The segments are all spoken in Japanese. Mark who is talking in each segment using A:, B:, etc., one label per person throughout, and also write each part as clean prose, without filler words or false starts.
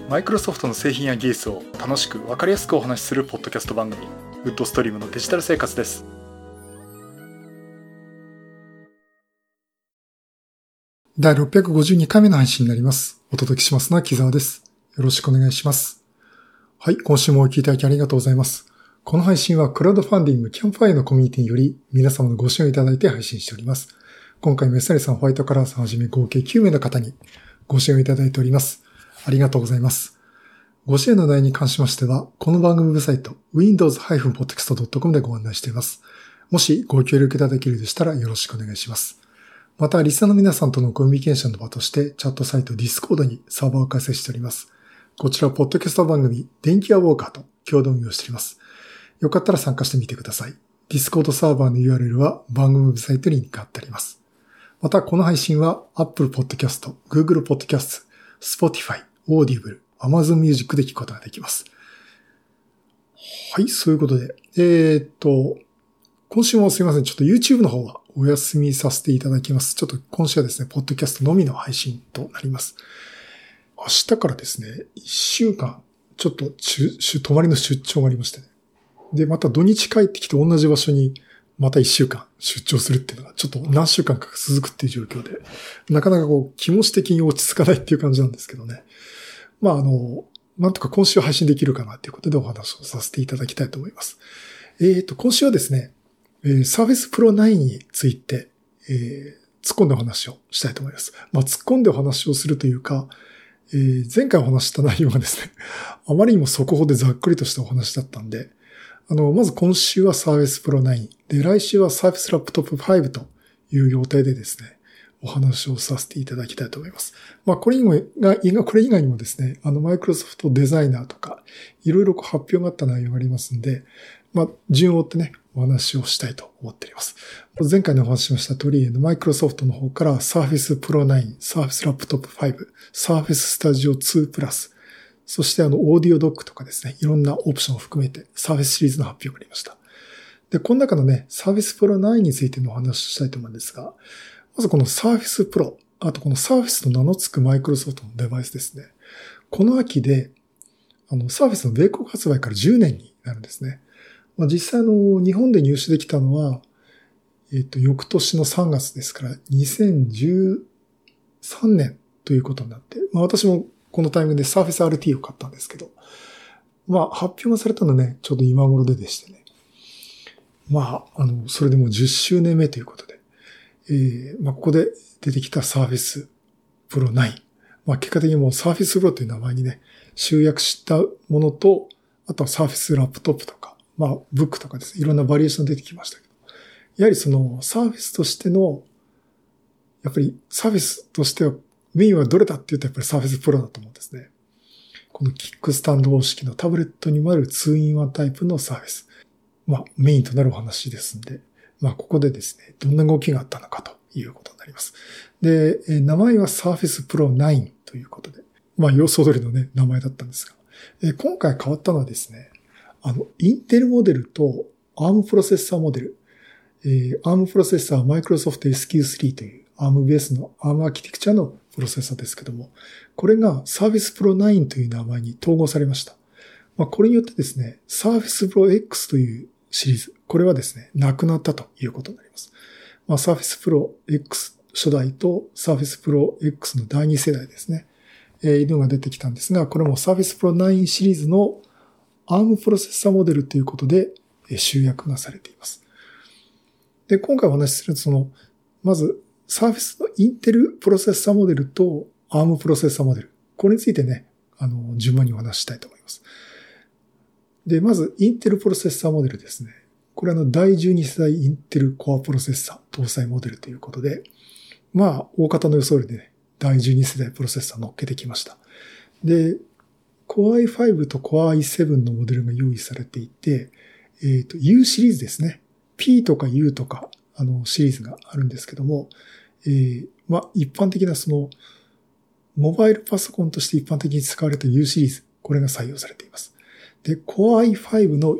A: マイクロソフトの製品や技術を楽しく分かりやすくお話しするポッドキャスト番組、ウッドストリームのデジタル生活です。
B: 第652回目の配信になります。お届けしますのは木澤です。よろしくお願いします。はい、今週もお聞きいただきありがとうございます。この配信はクラウドファンディングキャンプファイアのコミュニティにより皆様のご支援をいただいて配信しております。今回もエスタリさん、ホワイトカラーさんはじめ合計9名の方にご支援をいただいております。ありがとうございます。ご支援の内容に関しましては、この番組ウェブサイト windows-podcast.com でご案内しています。もしご協力いただけるでしたらよろしくお願いします。また、リスナーの皆さんとのコミュニケーションの場として、チャットサイト Discord にサーバーを開設しております。こちらはポッドキャスト番組、電気屋ウォーカーと共同運用しております。よかったら参加してみてください。Discord サーバーの URL は番組ウェブサイトに貼ってあります。また、この配信は Apple Podcast、Google Podcast、Spotify、Audible、Amazon Music で聞くことができます。はい、そういうことで。今週もすいません。ちょっと YouTube の方はお休みさせていただきます。ちょっと今週はですね、ポッドキャストのみの配信となります。明日からですね、1週間、ちょっと泊まりの出張がありましてね。で、また土日帰ってきて同じ場所にまた1週間出張するっていうのがちょっと何週間か続くっていう状況で、なかなか気持ち的に落ち着かないっていう感じなんですけどね。なんとか今週配信できるかなということでお話をさせていただきたいと思います。今週はですね、Surface Pro 9について、突っ込んでお話をしたいと思います。突っ込んでお話をするというか、前回お話した内容がですね、あまりにも速報でざっくりとしたお話だったんで、まず今週は Surface Pro 9で、来週は Surface Laptop 5という予定でですね、お話をさせていただきたいと思います。これ以外にもですね、マイクロソフトデザイナーとか、いろいろ発表があった内容がありますんで、順を追ってね、お話をしたいと思っております。前回のお話ししました通り、マイクロソフトの方から Surface Pro 9、Surface Laptop 5、Surface Studio 2 Plus、そしてオーディオドックとかですね、いろんなオプションを含めて Surface シリーズの発表がありました。で、この中のね、Surface Pro 9についてのお話をしたいと思うんですが、まずこの Surface Pro、あとこの Surface と名の付くマイクロソフトのデバイスですね。この秋で、Surface の米国発売から10年になるんですね。実際日本で入手できたのは、翌年の3月ですから、2013年ということになって、私もこのタイミングで Surface RT を買ったんですけど、発表がされたのね、ちょうど今頃でしてね。それでもう10周年目ということで、ここで出てきた Surface Pro 9。結果的にもう Surface Pro という名前にね、集約したものと、あとは Surface Laptop とか、ブックとかですね、いろんなバリエーション出てきましたけど、やはりその Surface としての、やっぱり Surface としてはメインはどれだって言うとやっぱり Surface Pro だと思うんですね。このキックスタンド方式のタブレットにもある 2-in-1 タイプの Surface。メインとなるお話ですんで、ここでですね、どんな動きがあったのかということになります。で、名前は Surface Pro 9ということで、予想通りのね、名前だったんですが、今回変わったのはですね、インテルモデルと ARM プロセッサーモデル、ARM プロセッサーは Microsoft SQ3 という ARM ベースの ARM アーキテクチャのプロセッサーですけども、これが Surface Pro 9という名前に統合されました。これによってですね、Surface Pro X というシリーズ、これはですね、なくなったということになります。Surface Pro X 初代と Surface Pro X の第2世代ですね、いうのが出てきたんですが、これも Surface Pro 9シリーズのARM プロセッサーモデルということで集約がされています。で、今回お話しするまず Surface のインテルプロセッサーモデルと ARM プロセッサーモデル。これについてね、順番にお話ししたいと思います。で、まずインテルプロセッサーモデルですね。これ第12世代インテルコアプロセッサー搭載モデルということで、大方の予想よりね、第12世代プロセッサー乗っけてきました。で、Core i5 と Core i7 のモデルが用意されていて、U シリーズですね。P とか U とか、シリーズがあるんですけども、一般的なモバイルパソコンとして一般的に使われている U シリーズ、これが採用されています。で、Core i5 の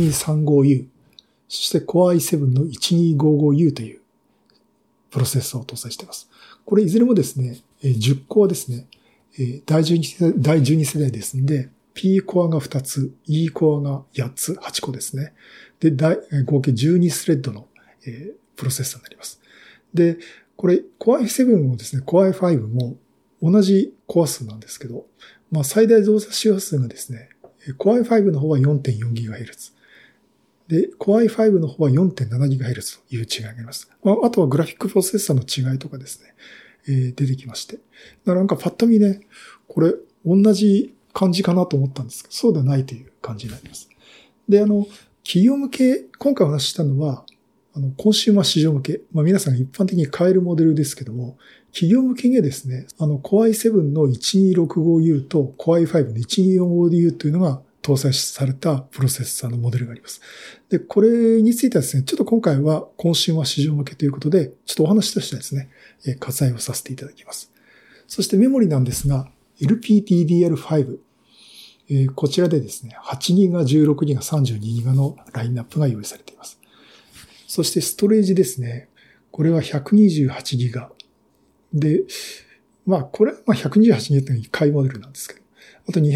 B: 1235U、そして Core i7 の 1255U というプロセッサーを搭載しています。これいずれもですね、10コアですね、 第12世代ですんで、P コアが2つ、E コアが8つ、8個ですね。で、合計12スレッドの、プロセッサーになります。で、これ、Core i7 もですね、Core i5 も同じコア数なんですけど、まあ、最大動作周波数がですね、Core i5 の方は 4.4GHz。で、Core i5 の方は 4.7GHz という違いがあります。まあ、あとはグラフィックプロセッサーの違いとかですね、出てきまして。なんかパッと見ね、これ、同じ感じかなと思ったんですけど、そうではないという感じになります。で、企業向け、今回お話ししたのは、コンシューマー市場向け、まあ皆さんが一般的に買えるモデルですけども、企業向けにはですね、Core i7 の 1265U と Core i5 の 1245U というのが搭載されたプロセッサーのモデルがあります。で、これについてはですね、ちょっと今回はコンシューマー市場向けということで、ちょっとお話としてはですね、割愛をさせていただきます。そしてメモリなんですが、LPDDR5、こちらでですね、8GB、16GB、32GB のラインナップが用意されています。そしてストレージですね。これは 128GB。で、まあ、これは128GB というのは1回モデルなんですけど、あと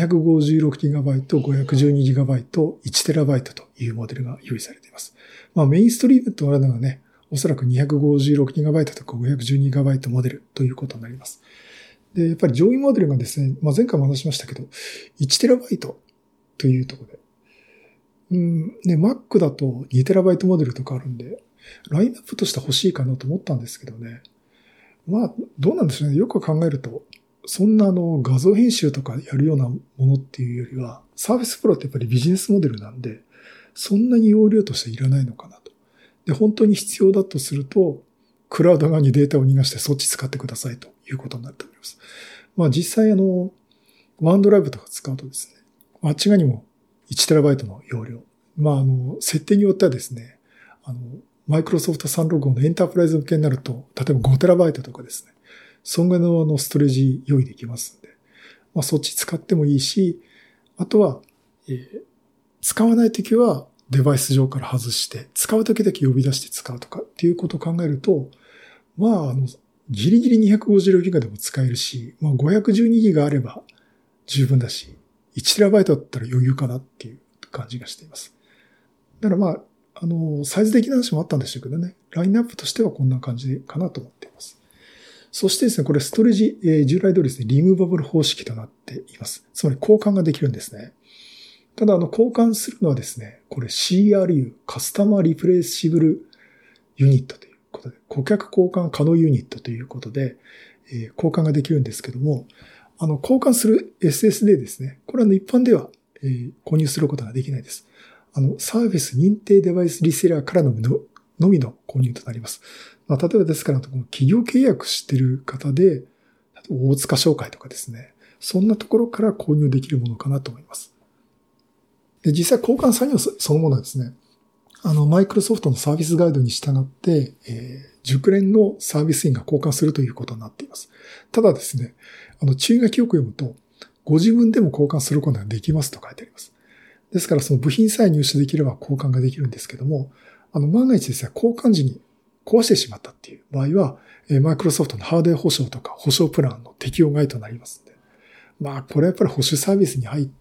B: 256GB、512GB、1TB というモデルが用意されています。まあ、メインストリームとなるのがね、おそらく 256GB とか 512GB モデルということになります。で、やっぱり上位モデルがですね、まあ、前回も話しましたけど、1TB というところで、ね、Mac だと 2TB モデルとかあるんで、ラインナップとして欲しいかなと思ったんですけどね。まあ、どうなんでしょうね。よく考えると、そんな画像編集とかやるようなものっていうよりは、Surface Pro ってやっぱりビジネスモデルなんで、そんなに容量としていらないのかなと。で、本当に必要だとすると、クラウド側にデータを逃がしてそっち使ってくださいということになると思います。まあ実際ワンドライブとか使うとですね、間違いにも 1TB の容量。まあ設定によってはですね、マイクロソフト365のエンタープライズ向けになると、例えば 5TB とかですね、そんぐらいのストレージ用意できますんで、まあそっち使ってもいいし、あとは、使わないときはデバイス上から外して、使うときだけ呼び出して使うとかっていうことを考えると、まあギリギリ 256GB でも使えるし、まあ 512GB あれば十分だし、1TB だったら余裕かなっていう感じがしています。だからまあ、サイズ的な話もあったんでしょうけどね、ラインナップとしてはこんな感じかなと思っています。そしてですね、これストレージ、従来通りですね、リムーバブル方式となっています。つまり交換ができるんですね。ただ交換するのはですね、これ CRU、カスタマーリプレイシブルユニットということで、顧客交換可能ユニットということで、交換ができるんですけども、交換する SSD ですね、これは一般では、購入することができないです。サービス認定デバイスリセラーからのみの購入となります。まあ、例えばですから、企業契約している方で、大塚商会とかですね、そんなところから購入できるものかなと思います。で、実際交換作業そのものはですね、マイクロソフトのサービスガイドに従って、熟練のサービス員が交換するということになっています。ただですね、注意書きを読むと、ご自分でも交換することができますと書いてあります。ですからその部品さえ入手できれば交換ができるんですけども、万が一ですね、交換時に壊してしまったっていう場合は、マイクロソフトのハードウェア保証とか保証プランの適用外となりますので、まあ、これはやっぱり保守サービスに入って、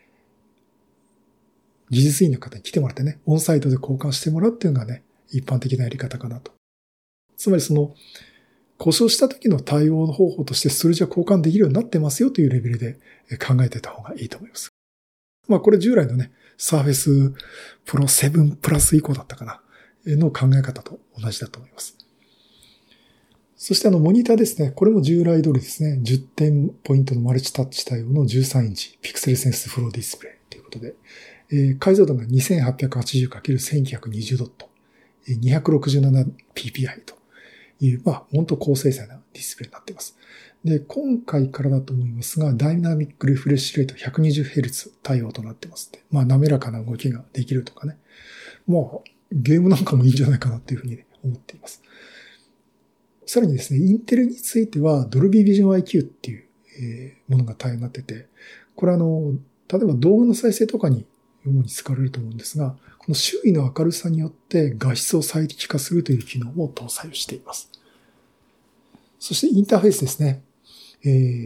B: 技術員の方に来てもらってね、オンサイトで交換してもらうっていうのがね、一般的なやり方かなと。つまり故障した時の対応の方法としてストレージは交換できるようになってますよというレベルで考えてた方がいいと思います。まあこれ従来のね、Surface Pro 7 Plus 以降だったかな、の考え方と同じだと思います。そしてモニターですね。これも従来通りですね。10点ポイントのマルチタッチ対応の13インチピクセルセンスフローディスプレイということで、解像度が 2880×1920 ドット、267ppi という、まあ、本当高精細なディスプレイになっています。で、今回からだと思いますが、ダイナミックリフレッシュレート 120Hz 対応となってますので、まあ、滑らかな動きができるとかね。もう、ゲームなんかもいいんじゃないかなっていうふうに、思っています。さらにですね、インテルについては、ドルビービジョン IQ っていう、ものが対応になってて、これ例えば動画の再生とかに主に使われると思うんですが、この周囲の明るさによって画質を最適化するという機能を搭載しています。そしてインターフェースですね。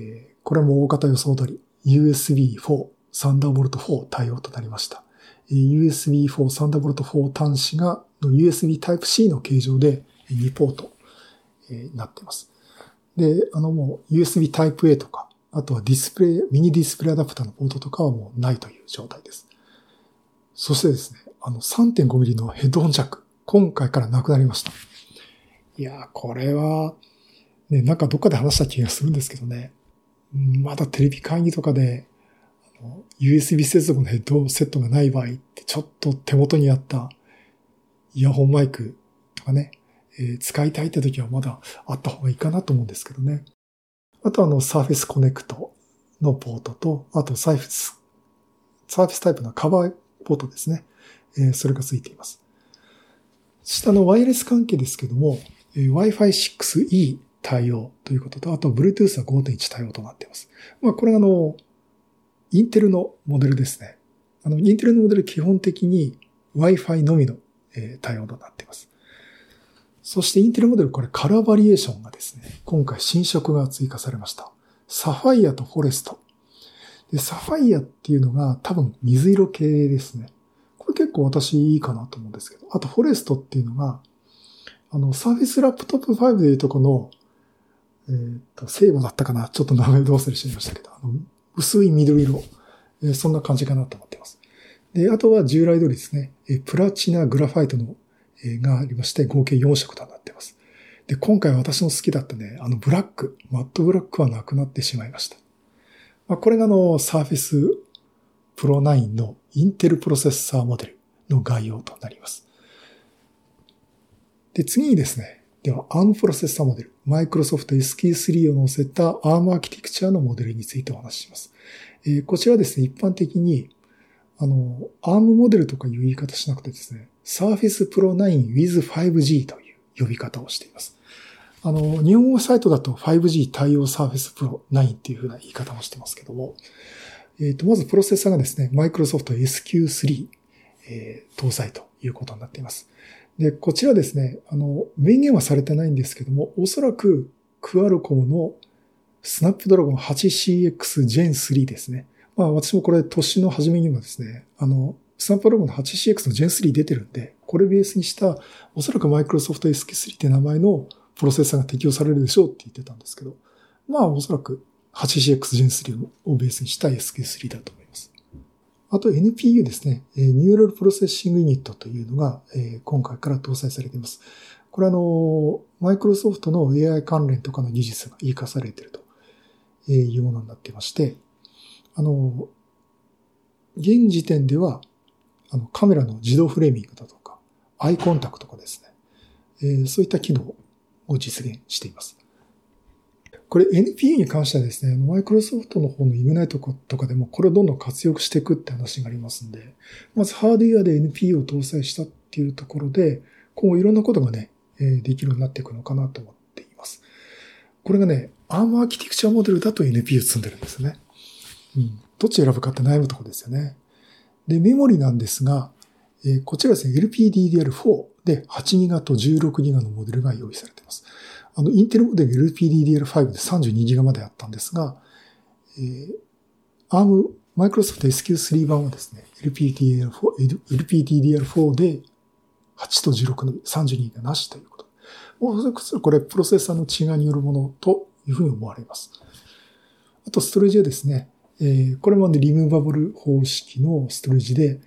B: これも大方予想通り USB 4、Thunderbolt 4対応となりました。USB 4、Thunderbolt 4端子の USB Type-C の形状で2ポートになっています。で、もう USB Type-A とか、あとはミニディスプレイアダプターのポートとかはもうないという状態です。そしてですね、3.5mm のヘッドホンジャック、今回からなくなりました。いやー、これは、ね、なんかどっかで話した気がするんですけどね、まだテレビ会議とかで、USB 接続のヘッドセットがない場合ってちょっと手元にあったイヤホンマイクとかね、使いたいって時はまだあった方がいいかなと思うんですけどね。あとSurface Connect のポートと、あとSurfaceタイプのカバーポートですね。それがついています。下のワイヤレス関係ですけども、Wi-Fi 6E 対応ということと、あと Bluetooth は 5.1 対応となっています。これがインテルのモデルですね。インテルのモデル基本的に Wi-Fi のみの対応となっています。そしてインテルモデルこれカラーバリエーションがですね、今回新色が追加されました。サファイアとフォレスト。で、サファイアっていうのが多分水色系ですね。これ結構私いいかなと思うんですけど。あとフォレストっていうのが、Surface Laptop 5でいうとこの、セーバーだったかなちょっと名前ど忘れしちゃいましたけど、薄い緑色。そんな感じかなと思っています。で、あとは従来通りですね、プラチナグラファイトのがありまして、合計4色となっています。で、今回私の好きだったね、ブラック、マットブラックはなくなってしまいました。これがSurface Pro 9のインテルプロセッサーモデルの概要となります。で、次にですね、では ARM プロセッサーモデル、Microsoft SQ3 を乗せた ARM アーキテクチャのモデルについてお話しします。こちらはですね、一般的にARM モデルとかいう言い方しなくてですね、Surface Pro 9 with 5G という呼び方をしています。日本語サイトだと 5G 対応 Surface Pro 9っていう風な言い方もしてますけども、まずプロセッサーがですね、Microsoft SQ3、搭載ということになっています。で、こちらですね、明言はされてないんですけども、おそらくクアルコムのスナップドラゴン 8CX Gen 3ですね。私もこれ年の初めにはですね、スナップドラゴンの 8CX の Gen 3出てるんで、これベースにした、おそらく Microsoft SQ3 って名前のプロセッサーが適用されるでしょうって言ってたんですけど、おそらく 8CX Gen 3をベースにした SQ3 だと思います。あと NPU ですね、ニューラルプロセッシングユニットというのが、今回から搭載されています。これマイクロソフトの AI 関連とかの技術が活かされているというものになっていまして、現時点では、カメラの自動フレーミングだとか、アイコンタクトとかですね、そういった機能を実現しています。これ NPU に関してはですね、マイクロソフトの方のイグナイトとかでもこれをどんどん活用していくって話がありますんで、まずハードウェアで NPU を搭載したっていうところで、今後いろんなことがね、できるようになっていくのかなと思っています。これがね、ARM アーキテクチャモデルだと NPU 積んでるんですね。どっち選ぶかって悩むところですよね。で、メモリなんですが、こちらですね、LPDDR4 で 8GB と 16GB のモデルが用意されています。インテルモデル LPDDR5 で 32GB まであったんですが、ARM、Microsoft SQ3 版はですね、LPDDR4 で8と16の32がなしということ。おそらくこれプロセッサーの違いによるものというふうに思われます。あとストレージはですね、これまでリムーバブル方式のストレージで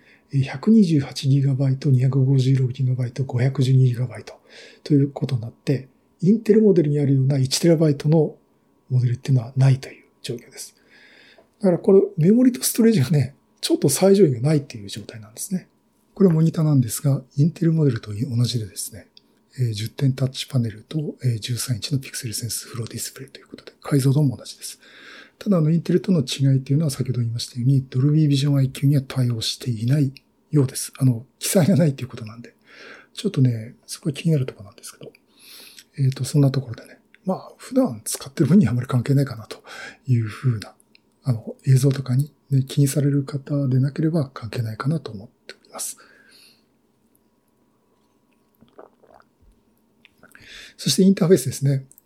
B: 128GB、256GB、512GB ということになって、インテルモデルにあるような 1TB のモデルっていうのはないという状況です。だからこれメモリとストレージがね、ちょっと最上位がないっていう状態なんですね。これモニターなんですが、インテルモデルと同じでですね、10点タッチパネルと13インチのピクセルセンスフローディスプレイということで、解像度も同じです。ただインテルとの違いというのは先ほど言いましたように、ドルビービジョン IQ には対応していないようです。記載がないということなんで、ちょっとね、すごい気になるところなんですけど、そんなところでね、普段使ってる分にはあまり関係ないかなというふうな、映像とかに、ね、気にされる方でなければ関係ないかなと思っております。そしてインターフェースですね。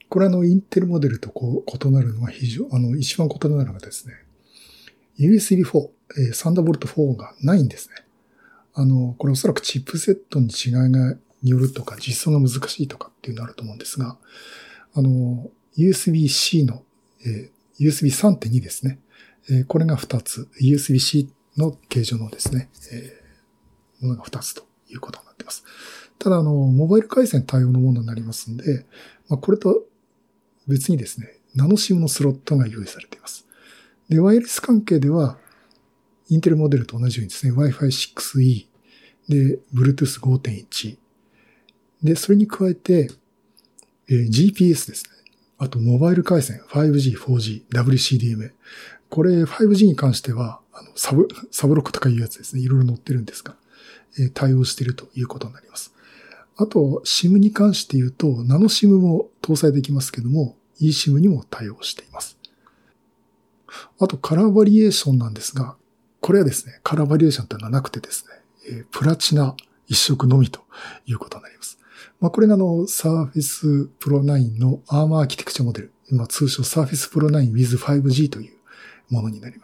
B: これインテルモデルと異なるのが一番異なるのがですね、USB-4、サンダーボルト4がないんですね。これおそらくチップセットに違いによるとか、実装が難しいとかっていうのあると思うんですが、USB-C の、USB 3.2 ですね。これが2つ、USB-C の形状のですね、ものが2つということになっています。ただ、モバイル回線対応のものになりますので、これと別にですね、ナノシムのスロットが用意されています。で、ワイヤレス関係では、インテルモデルと同じようにですね、Wi-Fi 6E、で、Bluetooth 5.1、で、それに加えて、GPS ですね。あと、モバイル回線、5G、4G、WCDMA。これ、5G に関しては、サブロックとかいうやつですね。いろいろ載ってるんですが、対応しているということになります。あと、SIM に関して言うと、ナノ SIM も搭載できますけども、eSIM にも対応しています。あと、カラーバリエーションなんですが、これはですね、カラーバリエーションというのはなくてですね、プラチナ一色のみということになります。これがSurface Pro 9のアーマーアーキテクチャモデル、通称 Surface Pro 9 with 5G というものになります。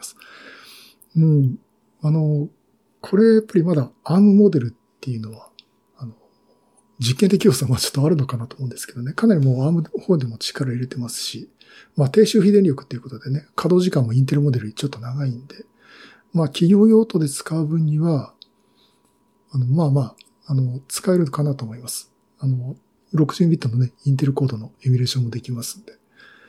B: これやっぱりまだ ARM モデルっていうのは、実験的要素はちょっとあるのかなと思うんですけどね、かなりもう ARM の方でも力入れてますし、低周費電力ということでね、稼働時間もインテルモデルよりちょっと長いんで、企業用途で使う分には、使えるかなと思います。60ビットのね、インテルコードのエミュレーションもできますんで。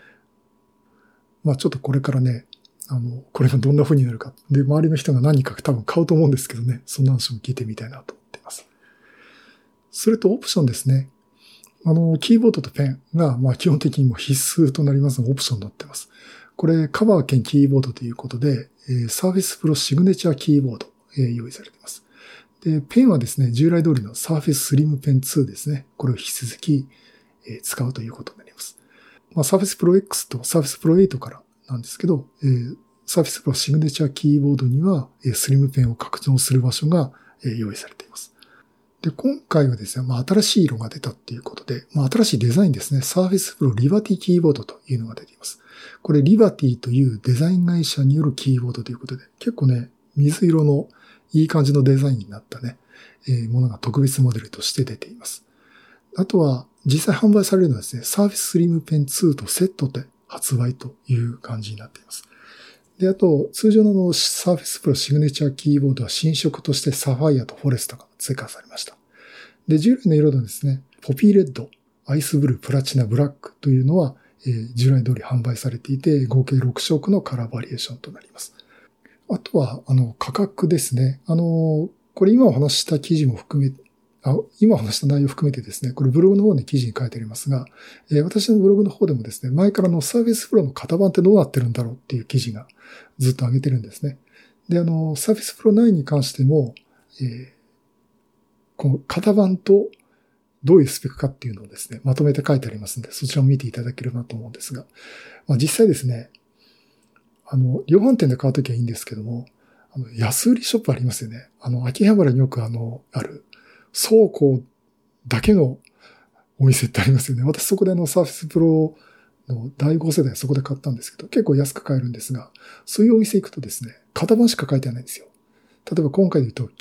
B: ちょっとこれからね、これがどんな風になるか。で、周りの人が何か多分買うと思うんですけどね、そんな話も聞いてみたいなと思っています。それとオプションですね。キーボードとペンが、基本的にも必須となりますのがオプションになっています。これ、カバー兼キーボードということで、Surface Pro シグネチャーキーボード、用意されています。で、ペンはですね、従来通りの Surface Slim Pen 2ですね。これを引き続き、使うということになります。Surface Pro X と Surface Pro 8からなんですけど、Surface Pro シグネチャーキーボードには、Slim Pen を格納する場所が、用意されています。で、今回はですね、新しい色が出たっていうことで、新しいデザインですね。Surface Pro Liberty キーボードというのが出ています。これ Liberty というデザイン会社によるキーボードということで、結構ね、水色のいい感じのデザインになったね、ものが特別モデルとして出ています。あとは、実際販売されるのはですね、Surface Slim Pen 2とセットで発売という感じになっています。で、あと、通常のSurface Pro シグネチャーキーボードは新色としてサファイアとフォレストが追加されました。で、従来の色のですね、ポピーレッド、アイスブルー、プラチナ、ブラックというのは、従来通り販売されていて、合計6色のカラーバリエーションとなります。あとは、価格ですね。これ今お話しした記事も含め、今お話した内容を含めてですね、これブログの方で記事に書いてありますが、私のブログの方でもですね、前からSurface Pro の型番ってどうなってるんだろうっていう記事がずっと上げてるんですね。で、Surface Pro 9に関しても、この型番とどういうスペックかっていうのをですね、まとめて書いてありますので、そちらも見ていただければと思うんですが、実際ですね、量販店で買うときはいいんですけども、安売りショップありますよね。秋葉原によくある、倉庫だけのお店ってありますよね。私そこでSurface Pro の第5世代そこで買ったんですけど、結構安く買えるんですが、そういうお店行くとですね、型番しか書いてないんですよ。例えば今回で言うと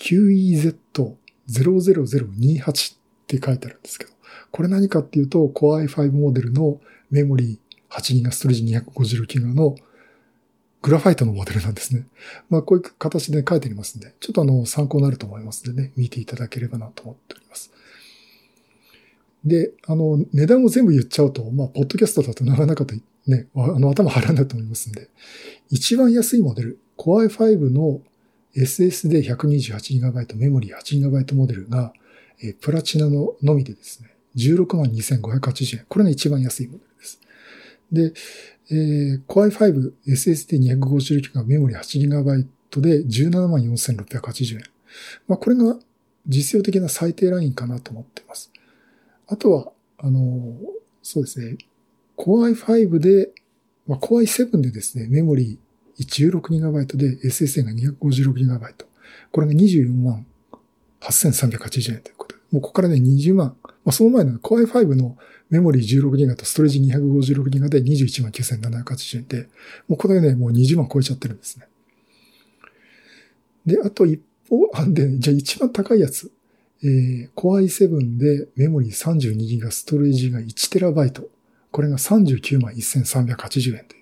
B: QEZ00028 って書いてあるんですけど、これ何かっていうと Core i5 モデルのメモリー 8GB ストレージ 256GB のグラファイトのモデルなんですね。こういう形で書いてありますんで、ちょっと参考になると思いますのでね、見ていただければなと思っております。で、値段を全部言っちゃうと、ポッドキャストだとなかなかとね、頭張らないと思いますんで、一番安いモデル、Core i5 の SSD128GB メモリー 8GB モデルが、プラチナのみでですね、162,580円。これが一番安いモデルです。で、Core i5 SSD256 がメモリ 8GB で 174,680円。これが実用的な最低ラインかなと思っています。あとは、そうですね、Core i5 で、Core i7 でですね、メモリ 16GB で SSD が 256GB。これが 248,380円ということで。もうここからね、20万。その前の Core i5 のメモリー 16GB とストレージ 256GB で 219,780 円で、もうこれね、もう20万超えちゃってるんですね。で、あと一方、じゃあ一番高いやつ。Core i7 でメモリー 32GB、ストレージが 1TB。これが 391,380 円という。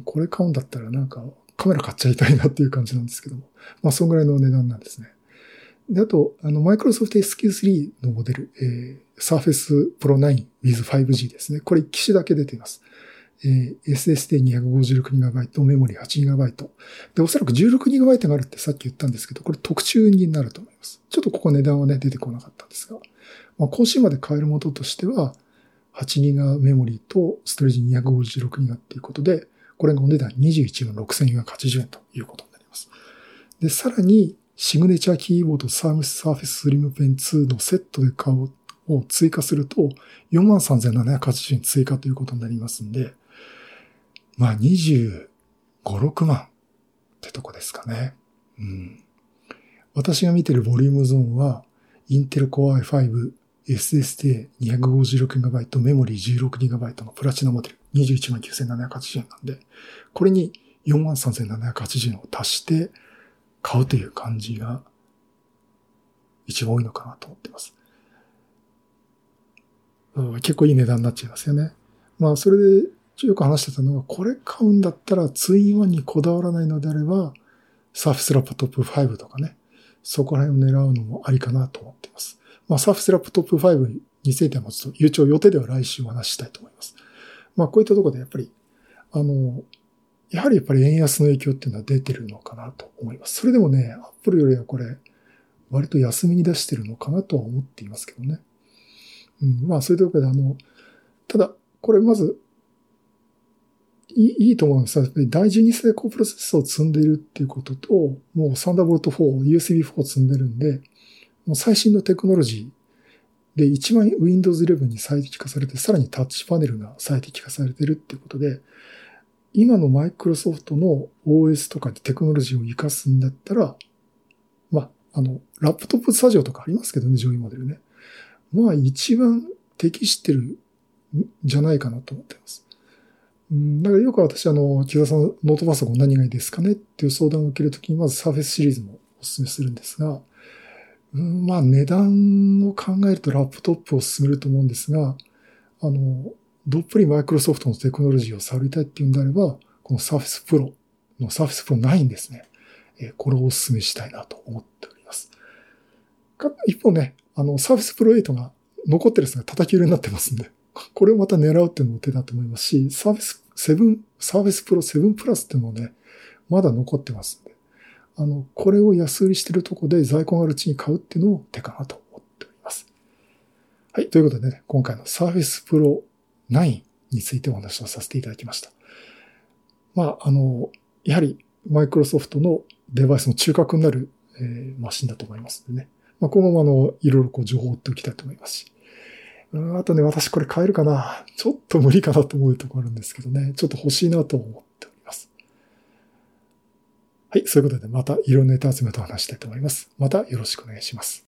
B: これ買うんだったらなんかカメラ買っちゃいたいなっていう感じなんですけども。まあ、そんぐらいの値段なんですね。で、あと、Microsoft SQ3 のモデル、Surface Pro 9 with 5G ですね。これ機種だけ出ています。SSD256GB、メモリ 8GB。で、おそらく 16GB があるってさっき言ったんですけど、これ特注になると思います。ちょっとここ値段はね、出てこなかったんですが、まあ、更新まで買えるものとしては、8GB メモリとストレージ 256GB っていうことで、これがお値段 216,480 円ということになります。で、さらに、シグネチャーキーボード Surface Slim Pen 2のセットで買うを追加すると 43,780 円追加ということになりますんで、まあ25、6万ってとこですかね。私が見てるボリュームゾーンは Intel Core i5 SSD256GB メモリー 16GB のプラチナモデル 219,780 円なんで、これに 43,780 円を足して買うという感じが一番多いのかなと思っています。結構いい値段になっちゃいますよね。まあそれでよく話してたのが、これ買うんだったら 2-in-1 にこだわらないのであれば、Surface Laptop 5とかね、そこら辺を狙うのもありかなと思っています。まあ Surface Laptop 5についてはちょっと予定では来週お話ししたいと思います。まあこういったところでやっぱり、やはり円安の影響っていうのは出てるのかなと思います。それでもね、Apple よりはこれ、割と安めに出してるのかなとは思っていますけどね。まあそういうところでただ、これまず、いいと思うんですが、第12世代高プロセッサーを積んでいるっていうことと、もうサンダーボルト4、USB4 を積んでるんで、もう最新のテクノロジーで一番 Windows 11に最適化されて、さらにタッチパネルが最適化されているっていうことで、今のマイクロソフトの OS とかでテクノロジーを活かすんだったら、まあ、ラップトップスタジオとかありますけどね、上位モデルね。まあ、一番適してるんじゃないかなと思っています。だからよく私、木田さん、ノートパソコン何がいいですかねっていう相談を受けるときに、まず Surface シリーズもお勧めするんですが、まあ、値段を考えるとラップトップを勧めると思うんですが、どっぷりマイクロソフトのテクノロジーを触りたいっていうんであれば、この Surface Pro の Surface Pro 9ですね。これをお勧めしたいなと思っております。一方ね、Surface Pro 8が残ってるんですが叩き売りになってますんで、これをまた狙うっていうのも手だと思いますし、Surface Pro 7 Plus っていうのもね、まだ残ってますんで、これを安売りしてるとこで在庫があるうちに買うっていうのも手かなと思っております。はい。ということでね、今回の Surface Pro 9についてお話をさせていただきました。まあ、やはりマイクロソフトのデバイスの中核になる、マシンだと思いますんでね。まあ、今後もいろいろ情報を追っておきたいと思いますし。あとね、私これ買えるかな？ちょっと無理かなと思うところあるんですけどね。ちょっと欲しいなと思っております。はい。そういうことでまたいろんなネタ集めと話したいと思います。またよろしくお願いします。